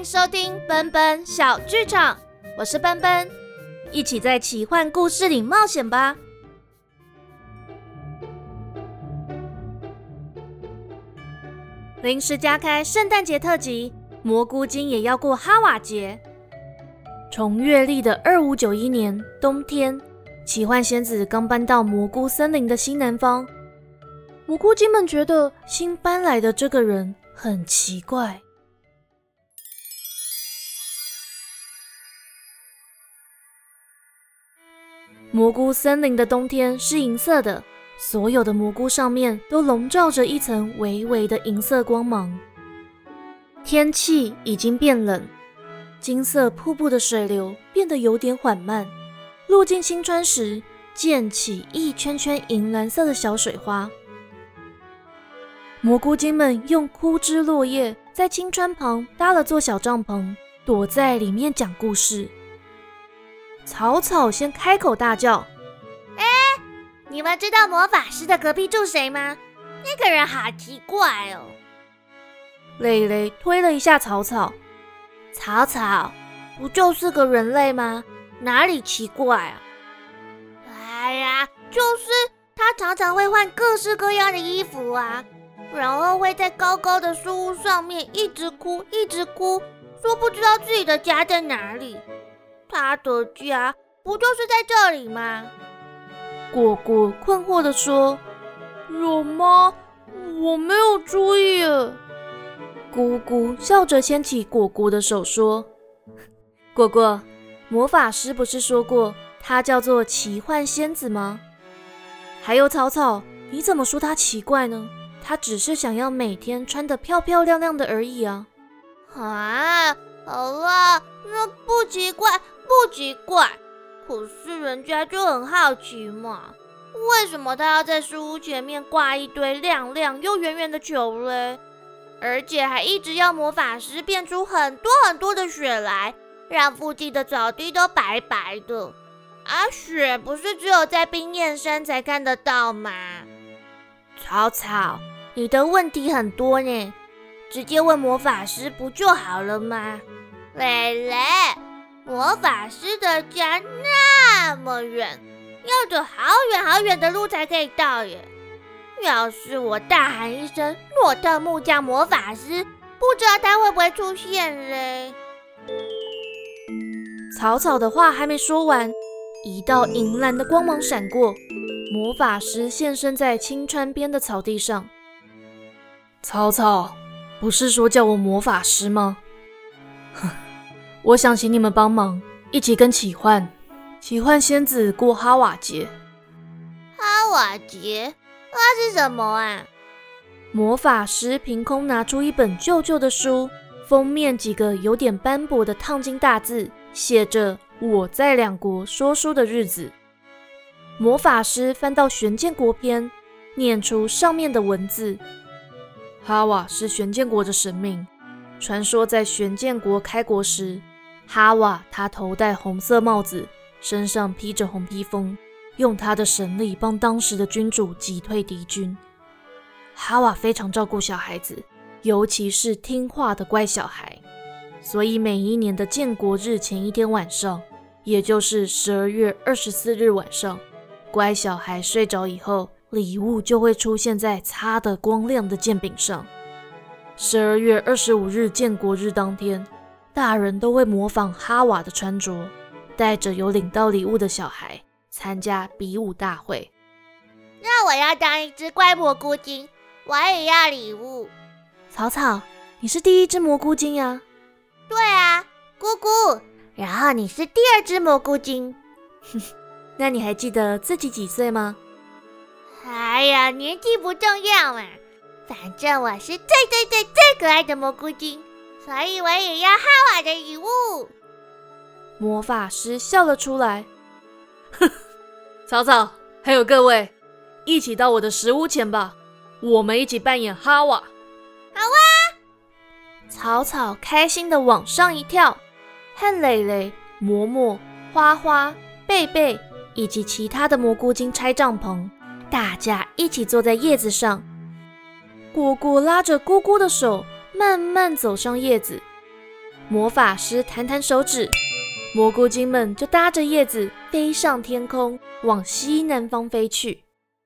收听奔奔小剧场，我是奔奔，一起在奇幻故事里冒险吧。临时加开圣诞节特辑，蘑菇精也要过哈瓦节。从月历的2591年冬天，奇幻仙子刚搬到蘑菇森林的西南方。蘑菇精们觉得新搬来的这个人很奇怪。蘑菇森林的冬天是银色的，所有的蘑菇上面都笼罩着一层微微的银色光芒。天气已经变冷，金色瀑布的水流变得有点缓慢，路径清川时溅起一圈圈银蓝色的小水花。蘑菇精们用枯枝落叶在清川旁搭了座小帐篷，躲在里面讲故事。草草先开口大叫： 你们知道魔法师的隔壁住谁吗？那个人好奇怪哦。 蕾蕾推了一下草草： 草草，不就是个人类吗？哪里奇怪啊？哎呀，就是他常常会换各式各样的衣服啊，然后会在高高的树屋上面一直哭，说不知道自己的家在哪里。他的家不就是在这里吗？ 果果困惑地说：有吗？我没有注意耶。姑姑笑着牵起果果的手说：果果，魔法师不是说过她叫做奇幻仙子吗？还有草草，你怎么说她奇怪呢？她只是想要每天穿得漂漂亮亮的而已啊。 啊，好啦，那不奇怪。可是人家就很好奇嘛，为什么他要在树屋前面挂一堆亮亮又圆圆的球嘞？而且还一直要魔法师变出很多很多的雪来，让附近的草地都白白的。啊，雪不是只有在冰焰山才看得到吗？草草，你的问题很多呢，直接问魔法师不就好了吗？蕾蕾，魔法师的家那么远，要走好远好远的路才可以到耶。要是我大喊一声诺特木匠魔法师，不知道他会不会出现嘞？ 草草的话还没说完，一道银蓝的光芒闪过，魔法师现身在清川边的草地上。草草，不是说叫我魔法师吗？我想请你们帮忙，一起跟奇幻仙子过哈瓦节。 哈瓦节？那是什么啊？ 魔法师凭空拿出一本旧旧的书，封面几个有点斑驳的烫金大字，写着我在两国说书的日子。魔法师翻到玄剑国篇，念出上面的文字：哈瓦是玄剑国的神明，传说在玄剑国开国时，哈瓦他头戴红色帽子，身上披着红披风，用他的神力帮当时的君主击退敌军。哈瓦非常照顾小孩子，尤其是听话的乖小孩，所以每一年的建国日前一天晚上，也就是12月24日晚上，乖小孩睡着以后，礼物就会出现在擦得光亮的剑柄上。12月25日建国日当天，大人都会模仿哈瓦的穿着，带着有领到礼物的小孩参加比武大会。 那我要当一只乖蘑菇精，我也要礼物。 草草，你是第一只蘑菇精啊。 对啊，姑姑，然后你是第二只蘑菇精。 那你还记得自己几岁吗？ 哎呀，年纪不重要嘛，反正我是最可爱的蘑菇精，所以我也要哈瓦的礼物。 魔法师笑了出来。草草，还有各位，一起到我的石屋前吧，我们一起扮演哈瓦。 好啊！ 草草开心地往上一跳，和蕾蕾、嬷嬷、花花、贝贝以及其他的蘑菇精拆帐篷，大家一起坐在叶子上。果果拉着姑姑的手，慢慢走上叶子。 魔法师弹弹手指，蘑菇精们就搭着叶子飞上天空，往西南方飞去。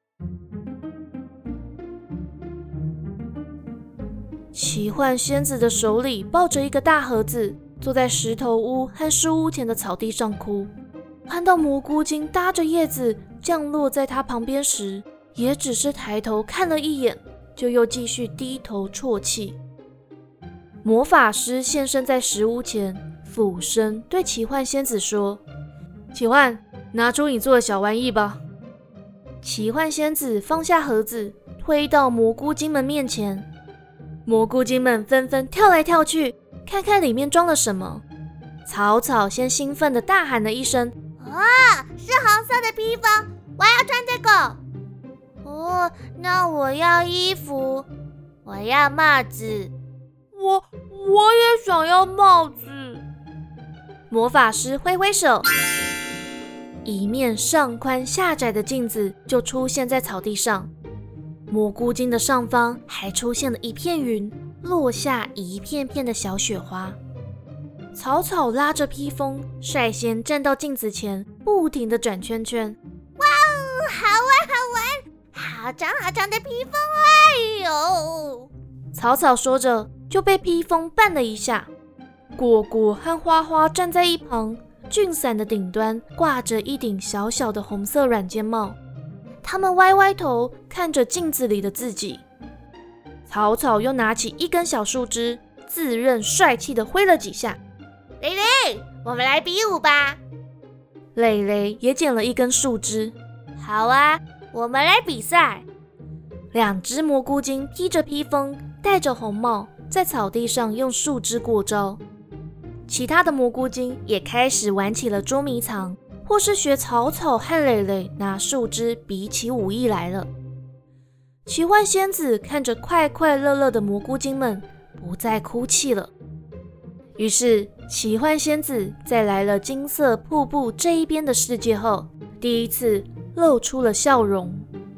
奇幻仙子的手里抱着一个大盒子，坐在石头屋和树屋前的草地上哭。看到蘑菇精搭着叶子降落在他旁边时，也只是抬头看了一眼，就又继续低头啜泣。魔法师现身在石屋前，俯身对奇幻仙子说：奇幻，拿出你做的小玩意吧。奇幻仙子放下盒子，推到蘑菇精们面前。蘑菇精们纷纷跳来跳去，看看里面装了什么。草草先兴奋地大喊了一声： 哇，是红色的披风，我要穿这个。哦，那我要衣服，我要帽子。我也想要帽子。 魔法师挥挥手，一面上宽下窄的镜子就出现在草地上。蘑菇精的上方还出现了一片云，落下一片片的小雪花。草草拉着披风，率先站到镜子前，不停地转圈圈。 哇哦，好玩好玩，好长好长的披风，哎呦！ 草草说着，就被披风绊了一下。果果和花花站在一旁，菌伞的顶端挂着一顶小小的红色软肩帽。他们歪歪头看着镜子里的自己。草草又拿起一根小树枝，自认帅气地挥了几下。 蕾蕾，我们来比武吧。 蕾蕾也捡了一根树枝。 好啊，我们来比赛。 两只蘑菇精披着披风，戴着红帽，在草地上用树枝过招。其他的蘑菇精也开始玩起了捉迷藏，或是学草草和蕾蕾拿树枝比起武艺来了。奇幻仙子看着快快乐乐的蘑菇精们，不再哭泣了。于是奇幻仙子在来了金色瀑布这一边的世界后，第一次露出了笑容。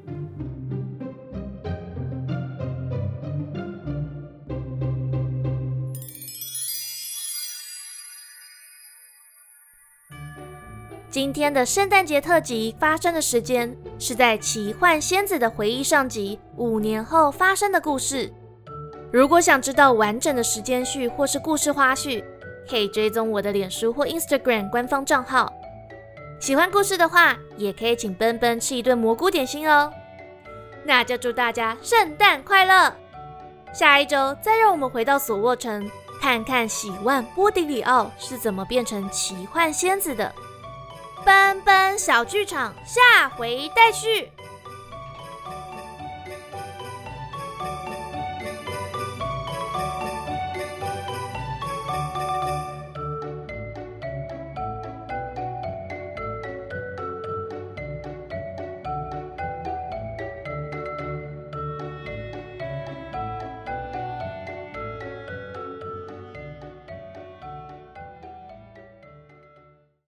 今天的圣诞节特辑发生的时间是在奇幻仙子的回忆上集5年后发生的故事。如果想知道完整的时间序或是故事花絮，可以追踪我的脸书或 Instagram 官方账号。喜欢故事的话，也可以请奔奔吃一顿蘑菇点心哦。那就祝大家圣诞快乐！下一周再让我们回到索沃城，看看喜万波迪里奥是怎么变成奇幻仙子的。奔奔小剧场下回待续。